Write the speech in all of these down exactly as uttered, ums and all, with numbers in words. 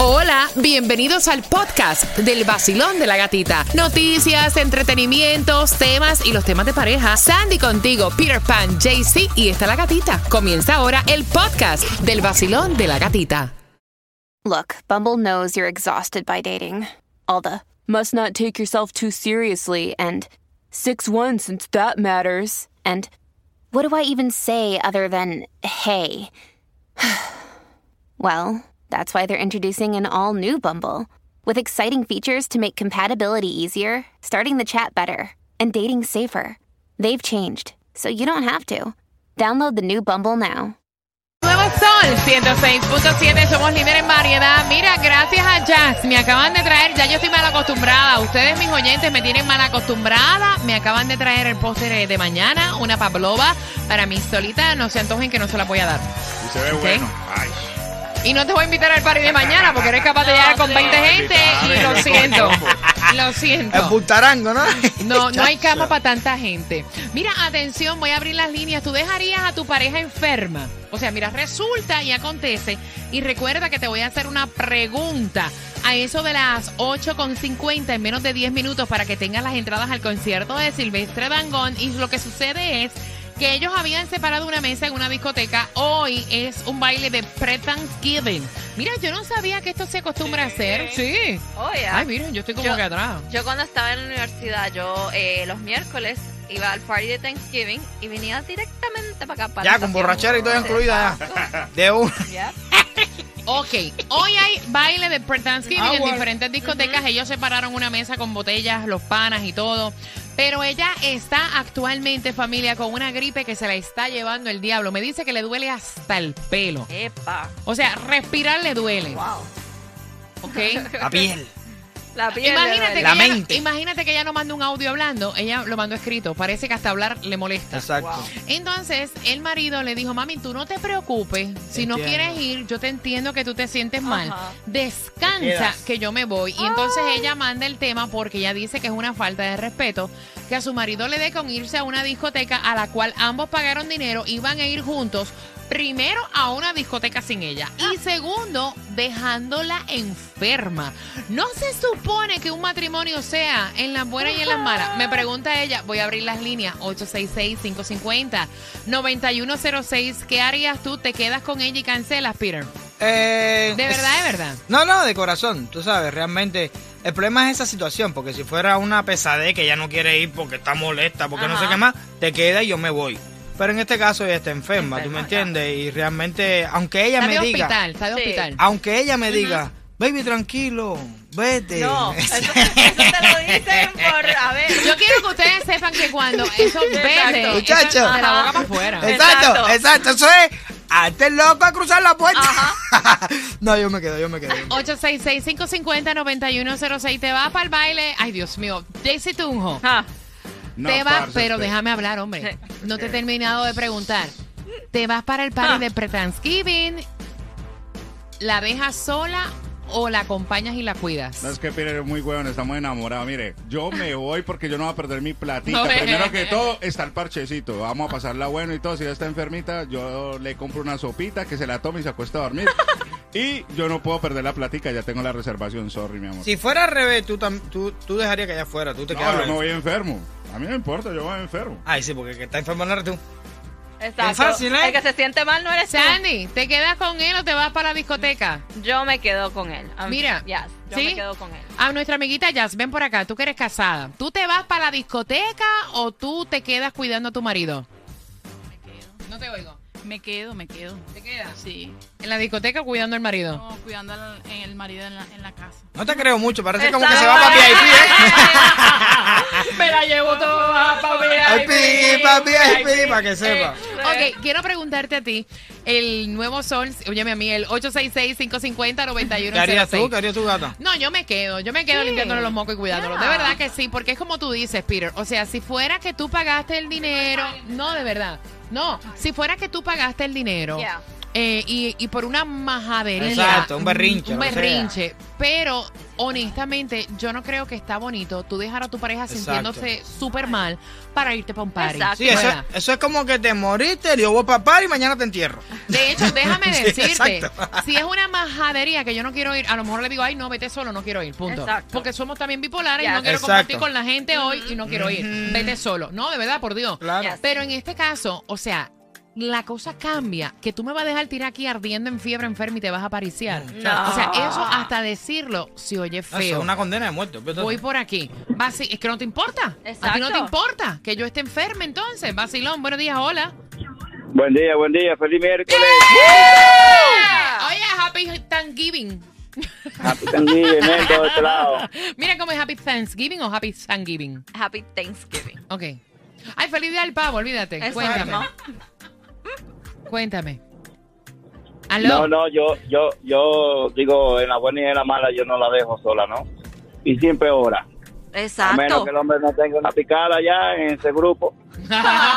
Hola, bienvenidos al podcast del Vacilón de la Gatita. Noticias, entretenimientos, temas y los temas de pareja. Sandy contigo, Peter Pan, J C y está la gatita. Comienza ahora el podcast del Vacilón de la Gatita. Look, Bumble knows you're exhausted by dating. All the must not take yourself too seriously and six one since that matters. And what do I even say other than hey? Well, that's why they're introducing an all-new Bumble with exciting features to make compatibility easier, starting the chat better, and dating safer. They've changed, so you don't have to. Download the new Bumble now. Nuevo Sol ciento seis punto siete, somos líderes en variedad. Mira, gracias a Jazz me acaban de traer, ya yo estoy mal acostumbrada. Ustedes, mis oyentes, me tienen mal acostumbrada. Me acaban de traer el postre de mañana, una pavlova para mí solita. No se antojen que no se la voy a dar. Y se ve ¿Okay? bueno. Ay. Y no te voy a invitar al party de mañana porque eres capaz de llegar con veinte gente y lo siento. Lo siento. El butarango, ¿no? No, no hay cama para tanta gente. Mira, atención, voy a abrir las líneas. ¿Tú dejarías a tu pareja enferma? O sea, mira, resulta y acontece. Y recuerda que te voy a hacer una pregunta a eso de las ocho con cincuenta en menos de diez minutos para que tengas las entradas al concierto de Silvestre Dangond. Y lo que sucede es que ellos habían separado una mesa en una discoteca. Hoy es un baile de pre-Thanksgiving. Mira, yo no sabía que esto se acostumbra a hacer. Sí. Oh, yeah. Ay, miren, yo estoy como yo, que atrás. Yo cuando estaba en la universidad, yo eh, los miércoles iba al party de Thanksgiving y venía directamente para acá. Para Ya, con borrachera y todo incluida ya. De una. Yeah. Ok, hoy hay baile de pre-Thanksgiving Ah, en bueno. diferentes discotecas. Uh-huh. Ellos separaron una mesa con botellas, los panas y todo. Pero ella está actualmente, familia, con una gripe que se la está llevando el diablo. Me dice que le duele hasta el pelo. Epa. O sea, respirar le duele. Wow. ¿Ok? La piel. La piel Imagínate que, La ella, mente. imagínate que ella no manda un audio hablando, ella lo mandó escrito. Parece que hasta hablar le molesta. Exacto. Wow. Entonces, el marido le dijo, mami, tú no te preocupes. Si no Entiendo. quieres ir, yo te entiendo que tú te sientes mal. Ajá. Descansa, Quedas. que yo me voy. Y entonces ella manda el tema porque ella dice que es una falta de respeto que a su marido le dé con irse a una discoteca a la cual ambos pagaron dinero, iban a ir juntos. Primero, a una discoteca sin ella. Y segundo, dejándola enferma. No se supone que un matrimonio sea en las buenas y en las malas. Me pregunta ella, voy a abrir las líneas, ocho seis seis, cinco cinco cero, nueve uno cero seis. ¿Qué harías tú? ¿Te quedas con ella y cancelas, Peter? Eh, ¿De es- verdad, de verdad? No, no, de corazón. Tú sabes, realmente. El problema es esa situación, porque si fuera una pesadez que ella no quiere ir porque está molesta, porque no sé Ajá. qué más, te queda y yo me voy. Pero en este caso ella está enferma, ¿tú me Enferma, entiendes? Y realmente, aunque ella Está me de diga, hospital, está de Sí. hospital. aunque ella me diga, baby, tranquilo, vete. No, eso, eso te lo dicen por, a ver. Yo quiero que ustedes sepan que cuando esos bebés Muchacho. de la boca para afuera. Exacto, Exacto. exacto, eso es, hazte loco a cruzar la puerta. No, yo me quedo, yo me quedo. ocho seis seis, cinco cinco cero, nueve uno cero seis. Te vas para el baile. Ay, Dios mío. Daisy Tunjo. Ah, No, te vas, parce, pero usted. déjame hablar, hombre. No te he terminado de preguntar. Te vas para el party Ah. de pre-Thanksgiving. ¿La dejas sola o la acompañas y la cuidas? No, es que Peter es muy huevón, estamos enamorados. Mire, yo me voy porque yo no voy a perder mi platita. No, eh. Primero que todo, está el parchecito. Vamos a pasarla bueno y todo. Si ella está enfermita, yo le compro una sopita que se la tome y se acuesta a dormir. Y yo no puedo perder la platica, ya tengo la reservación. Sorry, mi amor. Si fuera al revés, tú, tam- tú, tú dejarías que ella fuera, tú te No, quedas. yo me voy enfermo. A mí no importa, yo voy enfermo. Ay, sí, porque el que está enfermo no eres tú. exacto. Es fácil, ¿eh? El que se siente mal no eres tú. Sandy, ¿te quedas con él o te vas para la discoteca? Yo me quedo con él. Um, Mira, yes, yo ¿sí? me quedo con él. A nuestra amiguita Jazz, ven por acá, tú que eres casada. ¿Tú te vas para la discoteca o tú te quedas cuidando a tu marido? Me quedo. No te oigo. Me quedo, me quedo. ¿Te quedas? Sí. ¿En la discoteca cuidando al marido? No, cuidando al en el marido en la, en la casa. No te creo mucho, parece como que Exacto. se va para V I P, ¿eh? Me la llevo toda para Al P, para V I P, para que sepa. Ok, quiero preguntarte a ti, el nuevo Sol, óyeme a mí, el ocho seis seis, cinco cinco cero, nueve uno ¿Qué cero harías tú? seis. ¿Qué harías tú, gata? No, yo me quedo, yo me quedo Sí. limpiándole los mocos y cuidándolos. De Yeah. verdad que sí, porque es como tú dices, Peter. O sea, si fuera que tú pagaste el dinero, no, de verdad. No, si fuera que tú pagaste el dinero, Yeah. eh, y, y por una majadería. Exacto, un berrinche, Un lo que sea. berrinche. Pero, honestamente, yo no creo que está bonito tú dejar a tu pareja Exacto. sintiéndose súper mal para irte para un party. Exacto. Sí, eso, Fuera. eso es como que te moriste, yo voy para par y mañana te entierro. De hecho, déjame Sí, decirte, exacto. si es una majadería que yo no quiero ir, a lo mejor le digo, ay, no, vete solo, no quiero ir, punto. Exacto. Porque somos también bipolares y Yes. no quiero Exacto. compartir con la gente hoy y no quiero ir. Ujú. Vete solo. No, de verdad, por Dios. Claro. Yes. Pero en este caso, o sea, la cosa cambia, que tú me vas a dejar tirar aquí ardiendo en fiebre enferma y te vas a apariciar. No. O sea, eso hasta decirlo se oye Eso feo. es una condena de muerte. pero- Voy por aquí. Vaci- es que no te importa. A ti Exacto. no te importa que yo esté enferma entonces. Vacilón, buenos días, hola. Buen día, buen día, feliz miércoles. Oye, Happy Thanksgiving. Happy Thanksgiving, Nendo, de este lado. Mira cómo es Happy Thanksgiving o Happy Thanksgiving. Happy Thanksgiving. Ok. Ay, feliz día del pavo, olvídate. Eso Cuéntame. mismo. Cuéntame. ¿Aló? No, no, yo, yo, yo digo, en la buena y en la mala yo no la dejo sola, ¿no? Y siempre ora. A menos Exacto. que el hombre no tenga una picada ya en ese grupo. Ese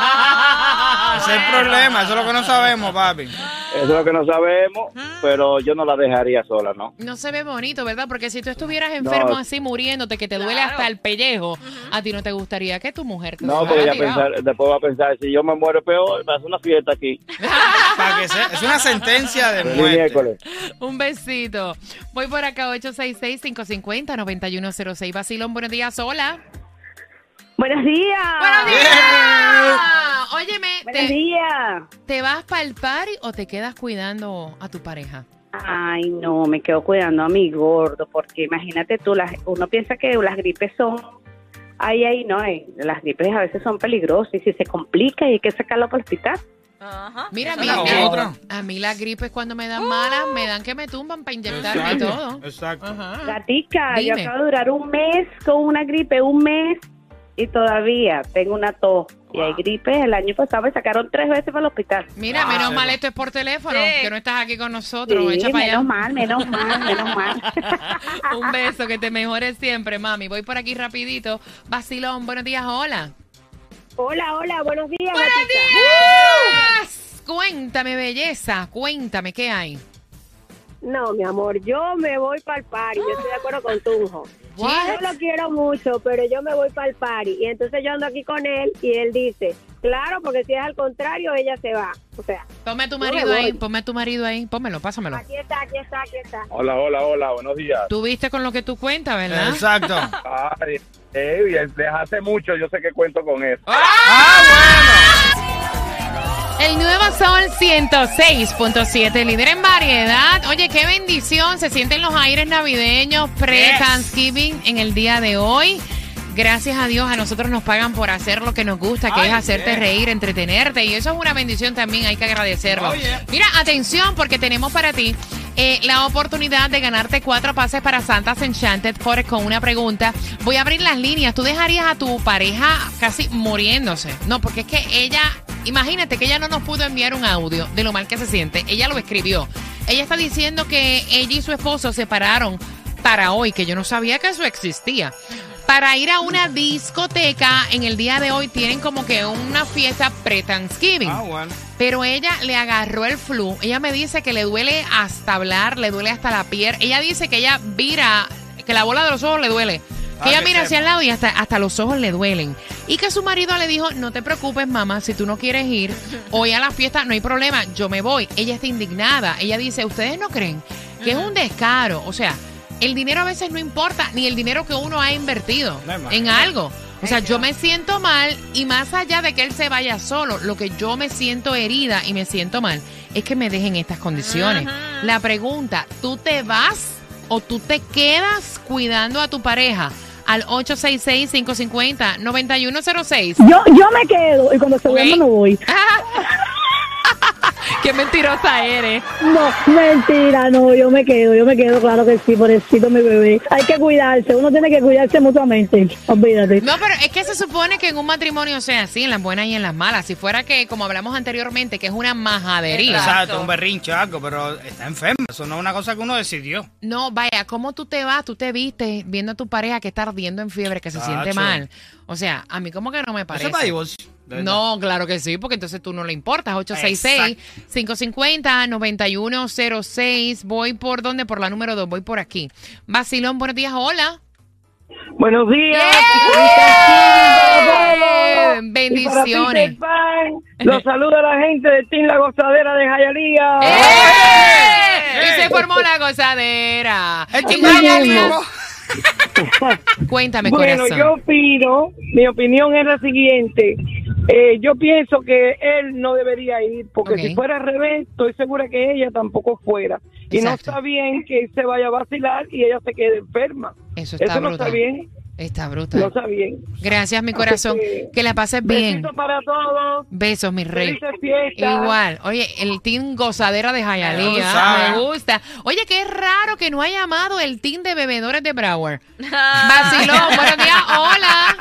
es el problema, eso es lo que no sabemos, papi. Eso es lo que no sabemos, pero yo no la dejaría sola, ¿no? No se ve bonito, ¿verdad? Porque si tú estuvieras enfermo No. así, muriéndote, que te duele Claro. hasta el pellejo, a ti no te gustaría que tu mujer te No, dejara porque ya tirado. pensar, después va a pensar, si yo me muero peor, va a hacer una fiesta aquí. Para que sea, es una sentencia de Feliz muerte. miércoles. Un besito. Voy por acá, ocho seis seis, cinco cinco cero, nueve uno cero seis. Vacilón, buenos días, hola. Buenos días. ¡Buenos días! Óyeme, Buenos ¿te, días. ¿te vas para el party o te quedas cuidando a tu pareja? Ay, no, me quedo cuidando a mi gordo, porque imagínate tú, las, uno piensa que las gripes son, ay, ay, no, eh, las gripes a veces son peligrosas y si se complica y hay que sacarlo para el hospital. Ajá. Mira, a Esa mí, es la a- otra. a mí las gripes cuando me dan malas, me dan que me tumban para inyectarme y todo. Exacto. Ajá. Gatica, yo Dime. acabo de durar un mes con una gripe, un mes, y todavía tengo una tos. Y hay gripe, el año pasado me sacaron tres veces para el hospital. Mira, Ah, menos sí, mal pues. esto es por teléfono, Sí. que no estás aquí con nosotros. Sí, Echa para allá. menos mal, menos mal, menos mal. Un beso, que te mejores siempre, mami. Voy por aquí rapidito. Vacilón, buenos días, hola. Hola, hola, buenos días. ¡Buenos gatita. días! Cuéntame, belleza, cuéntame, ¿qué hay? No, mi amor, yo me voy para el party. Yo estoy de acuerdo con Tunjo. What? Yo lo quiero mucho, pero yo me voy para el party. Y entonces yo ando aquí con él y él dice, claro, porque si es al contrario, ella se va. O sea, Ponme a tu Yo me marido ahí, voy. ponme a tu marido ahí, pónmelo, pásamelo. aquí está, aquí está, aquí está. Hola, hola, hola, buenos días. Tú viste con lo que tú cuentas, ¿verdad? Exacto. Ay, eh, desde hace mucho yo sé que cuento con eso. El nuevo Sol ciento seis punto siete, líder en variedad. Oye, qué bendición. Se sienten los aires navideños pre-Thanksgiving en el día de hoy. Gracias a Dios, a nosotros nos pagan por hacer lo que nos gusta, que Ay, es hacerte yeah. reír, entretenerte. Y eso es una bendición también, hay que agradecerlo. Oh, yeah. Mira, atención, porque tenemos para ti eh, la oportunidad de ganarte cuatro pases para Santa's Enchanted Forest con una pregunta. Voy a abrir las líneas. ¿Tú dejarías a tu pareja casi muriéndose? No, porque es que ella, imagínate que ella no nos pudo enviar un audio de lo mal que se siente. Ella lo escribió. Ella está diciendo que ella y su esposo se separaron para hoy, que yo no sabía que eso existía. Para ir a una discoteca en el día de hoy tienen como que una fiesta pre-Thanksgiving. Ah, bueno. Pero ella le agarró el flu. Ella me dice que le duele hasta hablar, le duele hasta la piel. Ella dice que ella vira, que la bola de los ojos le duele. Que Ah, ella que mira hacia sepa. el lado y hasta, hasta los ojos le duelen. Y que su marido le dijo, no te preocupes, mamá, si tú no quieres ir hoy a la fiesta, no hay problema, yo me voy. Ella está indignada. Ella dice, ¿ustedes no creen que es un descaro? O sea, el dinero a veces no importa, ni el dinero que uno ha invertido No, imagínate. en algo. O sea, yo me siento mal y más allá de que él se vaya solo, lo que yo me siento herida y me siento mal es que me dejen estas condiciones. La pregunta, ¿tú te vas o tú te quedas cuidando a tu pareja? Al ocho seis seis, cinco cinco cero, nueve uno cero seis. Yo, yo me quedo y cuando se Ok. duerma no voy. ¡Qué mentirosa eres! No, mentira, no, yo me quedo, yo me quedo, claro que sí, pobrecito mi bebé. Hay que cuidarse, uno tiene que cuidarse mutuamente, olvídate. No, pero es que se supone que en un matrimonio sea así, en las buenas y en las malas. Si fuera que, como hablamos anteriormente, que es una majadería. Exacto, un berrinche o algo, pero está enfermo. Eso no es una cosa que uno decidió. No, vaya, ¿cómo tú te vas? Tú te viste viendo a tu pareja que está ardiendo en fiebre, que se Tacho. siente mal. O sea, a mí como que no me Eso parece. es para divorcio. ¿verdad? No, claro que sí, porque entonces tú no le importas. ocho seis seis, cinco cinco cero, nueve uno cero seis. Voy por dónde? Por la número dos. Voy por aquí. Vacilón, buenos días. Hola. Buenos días. ¡Yeah! Bendiciones. Los saluda la gente de Team La Gozadera de Jayalía. ¡Eh! Y se formó la gozadera. Cuéntame, bueno, corazón. yo opino, mi opinión es la siguiente. Eh, yo pienso que él no debería ir, porque Okay. si fuera al revés, estoy segura que ella tampoco fuera. Y Exacto. no está bien que él se vaya a vacilar y ella se quede enferma. Eso está Eso no brutal. está bien. Está brutal. No está bien. Gracias, mi corazón. Así que, Que la pases bien. Besitos para todos. Besos, mi rey. Felices fiestas. Igual. Oye, el team gozadera de Me Jayalía. gusta. Me gusta. Oye, qué raro que no haya llamado el team de bebedores de Broward. Vacilón, buenos días. Hola.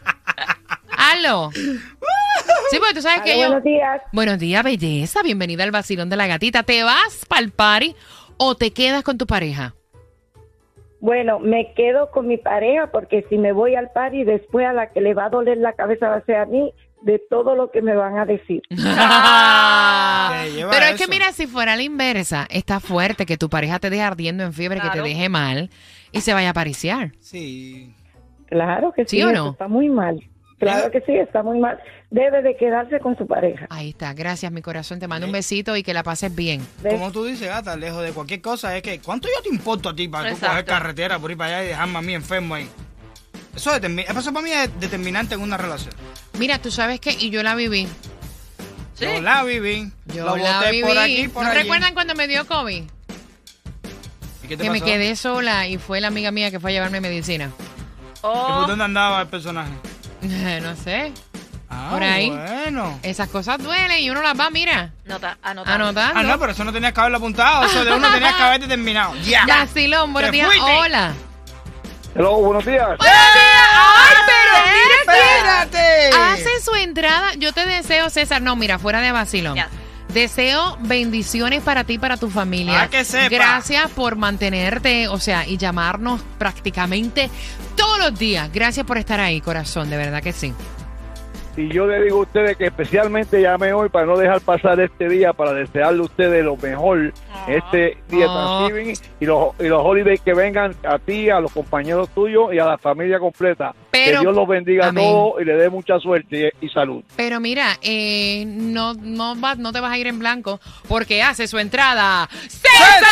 Aló. Sí, porque tú sabes que Aló, yo... buenos días. Buenos días, belleza. Bienvenida al vacilón de la gatita. ¿Te vas para el party o te quedas con tu pareja? Bueno, me quedo con mi pareja porque si me voy al party, después a la que le va a doler la cabeza va a ser a mí de todo lo que me van a decir. Te lleva Pero es que eso. mira, si fuera la inversa, está fuerte que tu pareja te deje ardiendo en fiebre, que Claro. te deje mal y se vaya a pariciar. Sí. Claro que sí, ¿Sí o eso no? está muy mal. Claro que sí, está muy mal. Debe de quedarse con su pareja. Ahí está, gracias mi corazón, te mando un besito y que la pases bien. ¿Ves? Como tú dices, gata, lejos de cualquier cosa, es que ¿cuánto yo te importo a ti para tú Exacto. coger carretera por ir para allá y dejarme a mí enfermo ahí? Eso, determi- eso para mí es determinante en una relación. Mira, tú sabes que, y yo la viví, Sí. Yo la viví, yo lo la boté viví. por aquí, por ¿No allí. recuerdan cuando me dio COVID? ¿Y qué te Que me pasó? quedé sola y fue la amiga mía que fue a llevarme medicina. ¿Y por Oh, dónde andaba el personaje? No sé, Ah, Por ahí. bueno. esas cosas duelen y uno las va, mira, nota, anota. anotando. Ah, no, pero eso no tenías que haberlo apuntado, eso de uno tenías que haber determinado. Ya. Vacilón, buenos Te días, fuiste. hola. Hello, buenos días. ¡Ay, pero mira ¡Espérate! que hace su entrada! Yo te deseo, César, no, mira, fuera de vacilón. Ya. Deseo bendiciones para ti y para tu familia. Para que sepa. Gracias por mantenerte, o sea, y llamarnos prácticamente todos los días. Gracias por estar ahí, corazón, de verdad que sí. Y yo le digo a ustedes que especialmente llamé hoy para no dejar pasar este día, para desearle a ustedes lo mejor este día Oh. Thanksgiving y los, y los holidays que vengan a ti, a los compañeros tuyos y a la familia completa. Pero- que Dios los bendiga Amén. a todos y le dé mucha suerte y, y salud. Pero mira, eh, no, no, va- no te vas a ir en blanco porque hace su entrada ¡César!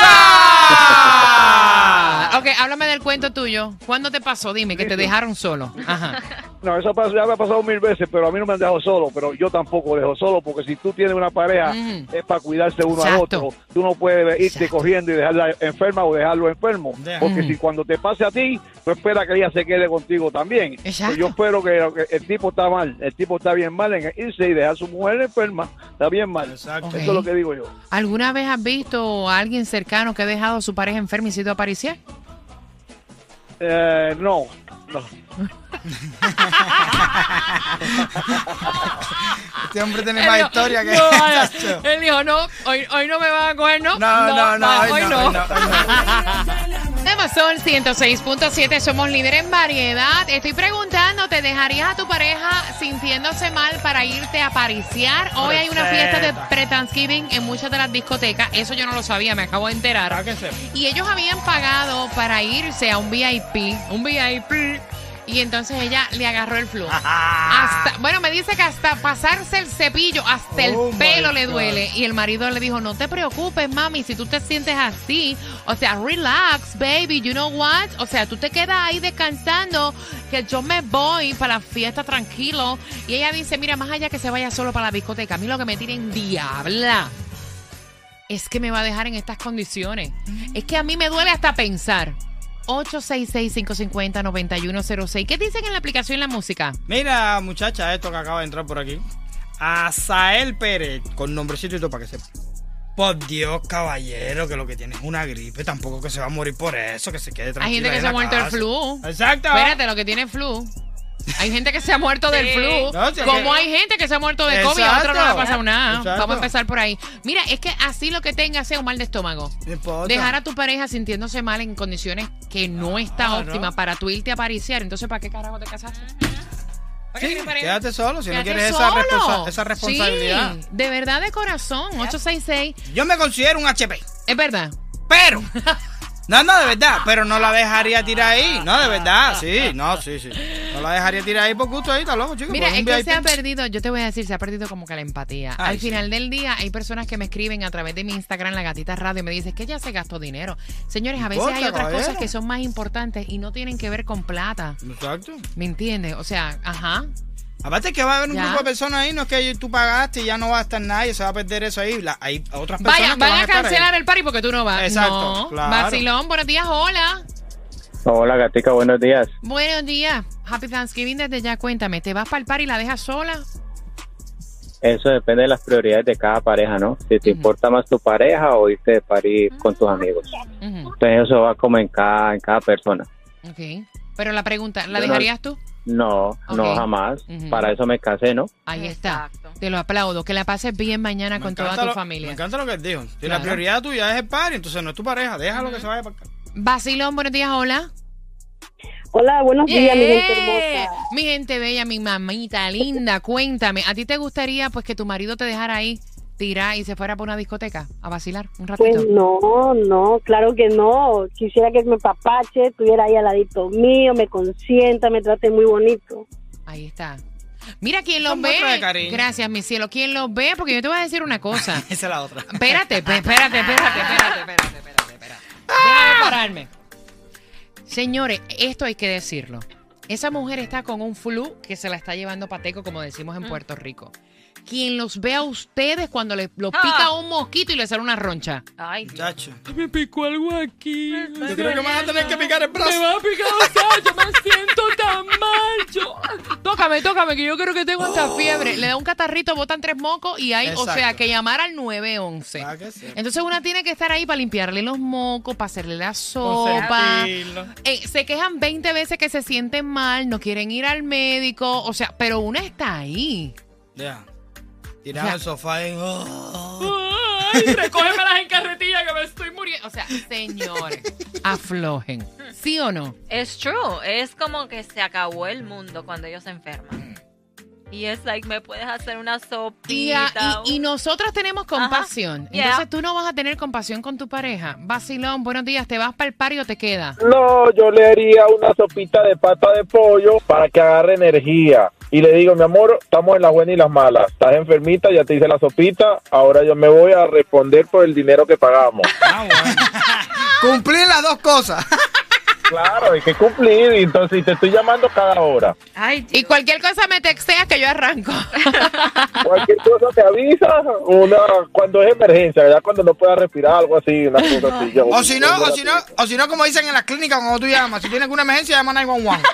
Ok, háblame del cuento tuyo. ¿Cuándo te pasó? Dime, que te dejaron solo. Ajá. No, eso pasó- ya me ha pasado mil veces, pero a mí no me han dejado solo, pero yo tampoco dejo solo, porque si tú tienes una pareja, Mm. es para cuidarse uno Exacto. al otro. Tú no puedes irte Exacto. corriendo y dejarla enferma o dejarlo enfermo, Ya. porque Mm. si cuando te pase a ti, tú esperas que ella se quede contigo también. Exacto. Pues yo espero que, que el tipo está mal, el tipo está bien mal en irse y dejar a su mujer enferma, está bien mal. Exacto. Ok. Eso es lo que digo yo. ¿Alguna vez has visto a alguien cercano que ha dejado a su pareja enferma y sido a pariciar? Eh, no, no. Este hombre tiene Él más dijo, historia que... no, vaya. Chacho. Él dijo, no, hoy, hoy no me van a coger, ¿no? No, no, no, va, hoy hoy no, no. hoy no, hoy Amazon ciento seis punto siete, somos líderes en variedad. Estoy preguntando, ¿te dejarías a tu pareja sintiéndose mal para irte a pariciar? Hoy hay una fiesta de Respeta. pre-Thanksgiving en muchas de las discotecas. Eso yo no lo sabía, me acabo de enterar. Para que sepa. Y ellos habían pagado para irse a un V I P, un V I P, y entonces ella le agarró el flu. Hasta, bueno, me dice que hasta pasarse el cepillo, hasta el Oh, my pelo le God. duele. Y el marido le dijo, no te preocupes, mami, si tú te sientes así, o sea, relax, baby, you know what? O sea, tú te quedas ahí descansando, que yo me voy para la fiesta tranquilo. Y ella dice, mira, más allá que se vaya solo para la discoteca, a mí lo que me tiene en diabla es que me va a dejar en estas condiciones. Es que a mí me duele hasta pensar. ocho seis seis, cinco cinco cero, nueve uno cero seis. ¿Qué dicen en la aplicación La Música? Mira, muchacha, esto que acaba de entrar por aquí. Azael Pérez, con nombrecito y todo para que sepa. Por Dios, caballero, que lo que tiene es una gripe, tampoco que se va a morir por eso, que se quede tranquila. Hay gente que en se ha la muerto del casa. flu. Exacto. Espérate, lo que tiene es flu. Hay gente que se ha muerto del Sí. flu. No, sí, como que- hay gente que se ha muerto de COVID, a otro no le ha pasado nada. Exacto. Vamos a empezar por ahí. Mira, es que así lo que tenga sea un mal de estómago. No importa. Dejar a tu pareja sintiéndose mal en condiciones que no está Claro. óptima para tú irte a pariciar. Entonces, ¿para qué carajo te casaste? ¿Para qué Sí, tienes pareja? quédate solo si no Quédate quieres esa, solo. responsa- esa responsabilidad. Sí, de verdad, de corazón. ocho seis seis. Yo me considero un H P. Es verdad. Pero. No, no, de verdad. Pero no la dejaría tirar ahí. No, de verdad. Sí, no, sí, sí. No la dejaría tirar ahí por gusto ahí, está loco, chico. Mira, por un es que V I P. se ha perdido, yo te voy a decir, se ha perdido como que la empatía. Ay, Al sí. final del día hay personas que me escriben a través de mi Instagram, La Gatita Radio, y me dicen que ya se gastó dinero. Señores, a veces Importa, hay otras caballero. cosas que son más importantes y no tienen que ver con plata. Exacto. ¿Me entiendes? O sea, ajá. Aparte que va a haber un Ya. grupo de personas ahí, no es que tú pagaste y ya no va a estar nadie, se va a perder eso ahí. La- hay otras personas Vaya, que van van a estar ahí. cancelar el party porque tú no vas. Exacto, No. claro. Vacilón, buenos días, hola. Hola, gatica, buenos días. Buenos días. Happy Thanksgiving desde ya. Cuéntame, ¿te vas para el party y la dejas sola? Eso depende de las prioridades de cada pareja, ¿no? Si te importa más tu pareja o irte de party con tus amigos. Ujú. Entonces eso va como en cada, en cada persona. Ok. Pero la pregunta, ¿la Yo no- dejarías tú? No, no Ok. jamás. Ujú. Para eso me casé, ¿no? Ahí está. Te lo aplaudo. Que la pases bien mañana Me con toda encanta tu lo- familia. Me encanta lo que él dijo. Si Claro. la prioridad tuya es el party, entonces no es tu pareja, déjalo que se vaya para acá. Vacilón, buenos días, hola. Hola, buenos días, mi gente Yeah. hermosa. Mi gente bella, mi mamita linda, cuéntame, ¿a ti te gustaría pues que tu marido te dejara ahí tirar y se fuera por una discoteca a vacilar un ratito? Pues no, no, claro que no. Quisiera que mi papache estuviera ahí al ladito mío, me consienta, me trate muy bonito. Ahí está. Mira, ¿quién los Son muestras de ve? cariño. Gracias, mi cielo. ¿Quién los ve? Porque yo te voy a decir una cosa. Esa es la otra. Espérate, pe- espérate, espérate, espérate, espérate, espérate, espérate. Déjame pararme. Señores, esto hay que decirlo. Esa mujer está con un flu que se la está llevando pateco, como decimos en Puerto Rico. Quien los ve a ustedes cuando le, los pica un mosquito y le sale una roncha. Ay, Chacho. Me picó algo aquí. Yo creo que me van a tener que picar el brazo. Me va a picar, o sea, yo me siento tan mal. Yo... Tócame, tócame, que yo creo que tengo hasta fiebre. Le da un catarrito, botan tres mocos y hay, o sea, Exacto. que llamar al nueve once. Ah, que sí. Entonces una tiene que estar ahí para limpiarle los mocos, para hacerle la sopa. Consentirlo. Eh, se quejan veinte veces que se sienten mal, no quieren ir al médico, o sea, pero una está ahí. Ya. Tirado Ya. en el sofá y... oh. Ay, recógemelas en carretilla que me estoy muriendo. O sea, señores, aflojen. ¿Sí o no? es true. Es como que se acabó el mundo cuando ellos se enferman. Y es like, me puedes hacer una Y, sopita. a- y, y nosotros tenemos compasión. Yeah. Entonces tú no vas a tener compasión con tu pareja. Vacilón, buenos días, ¿te vas para el party o te quedas? No, yo le haría una sopita de pata de pollo para que agarre energía. Y le digo, mi amor, estamos en las buenas y las malas. Estás enfermita, ya te hice la sopita. Ahora yo me voy a responder por el dinero que pagamos. Ah, bueno. Cumplir las dos cosas. Claro, hay que cumplir. Y entonces te estoy llamando cada hora. Ay, Y cualquier cosa me texteas que yo arranco. Cualquier cosa te avisa. Una, cuando es emergencia, ya cuando no puedas respirar, algo así, una cosa así. Yo- O si no, o si no, o si no, como dicen en las clínicas cuando tú llamas, si tienes alguna emergencia, llama nueve uno uno.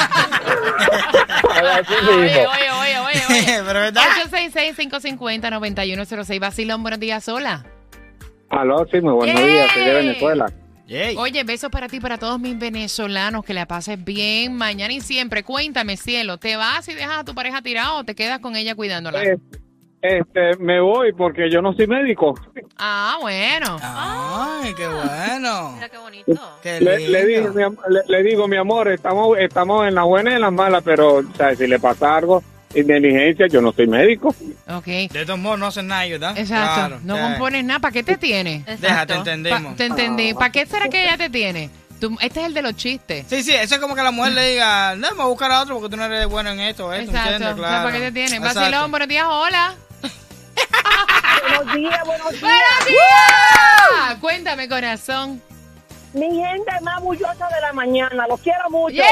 Así Oye, mismo. oye, oye, oye, oye. Pero verdad. ocho seis seis, cinco cinco cero, nueve uno cero seis. Vacilón, buenos días, sola. Aló, sí, muy buenos ¡Yay! días, soy de Venezuela. Yay. Oye, besos para ti, para todos mis venezolanos, que la pases bien mañana y siempre. Cuéntame, cielo, ¿te vas y dejas a tu pareja tirada o te quedas con ella cuidándola? Eh, Este, me voy porque yo no soy médico. Ah, bueno. Ay, qué bueno. mira qué bonito. Qué Le, lindo. le digo, mi, am- le, le digo, mi amor, estamos estamos en las buenas y en las malas, pero o sea, si le pasa algo, inteligencia, yo no soy médico. Ok. De todos modos, no hacen nada, ¿verdad? Exacto. Claro, no sí. compones nada. ¿Para qué te tiene? Déjate, Exacto. entendemos. Pa- te entendí. ¿Para qué será que ella te tiene? Tú- este es el de los chistes. Sí, sí, eso es como que la mujer le diga, no, me voy a buscar a otro porque tú no eres bueno en esto, esto, Exacto. ¿entiendes? No, Claro. ¿para qué te tiene? Exacto. Vacilón, buenos días, hola. Buenos días, buenos días. ¡Buenos días! Cuéntame, corazón. Mi gente más bullosa de la mañana, los quiero mucho. ¡Yeah!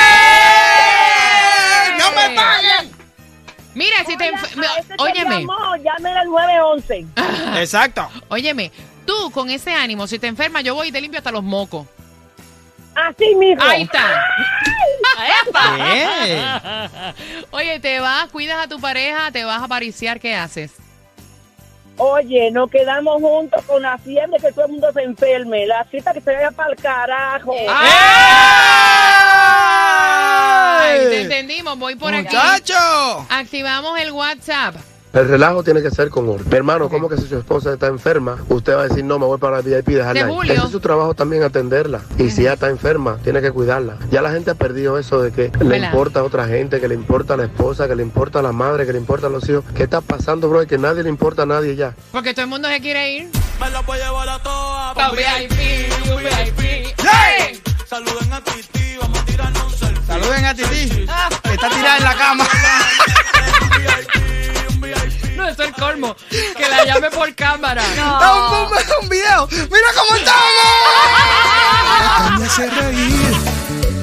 ¡No me paguen! Mira, si te... Oiga, enf- a ese que Óyeme. llamó, llamen al nueve once. Exacto. Óyeme, tú con ese ánimo, si te enfermas, yo voy y te limpio hasta los mocos. Así mismo. Ahí está. ¿Qué? Oye, te vas, cuidas a tu pareja, te vas a pariciar, ¿qué haces? Oye, nos quedamos juntos con la fiebre que todo el mundo se enferme. La cita que se vaya para el carajo. Ay, te entendimos, voy por aquí. ¡Muchacho! Activamos el WhatsApp. El relajo tiene que ser con orden. Mi hermano, ¿cómo que si su esposa está enferma, usted va a decir, no, me voy para la V I P y dejarla De ahí? Julio. Ese es su trabajo también, atenderla. Y si ella está enferma, tiene que cuidarla. Ya la gente ha perdido eso de que le ¿Verdad? importa a otra gente, que le importa a la esposa, que le importa a la madre, que le importa a los hijos. ¿Qué está pasando, bro? Que nadie le importa a nadie ya. Porque todo el mundo se quiere ir. Me la voy a llevar a todas. Pa' V I P, un V I P. ¡Hey! Saluden a Titi, vamos a tirarnos un selfie. Saluden a Titi. Está tirada en la cama. No, eso es el colmo. Que la llame por cámara. No. Un, un video. ¡Mira cómo estamos! Déjame hacer reír.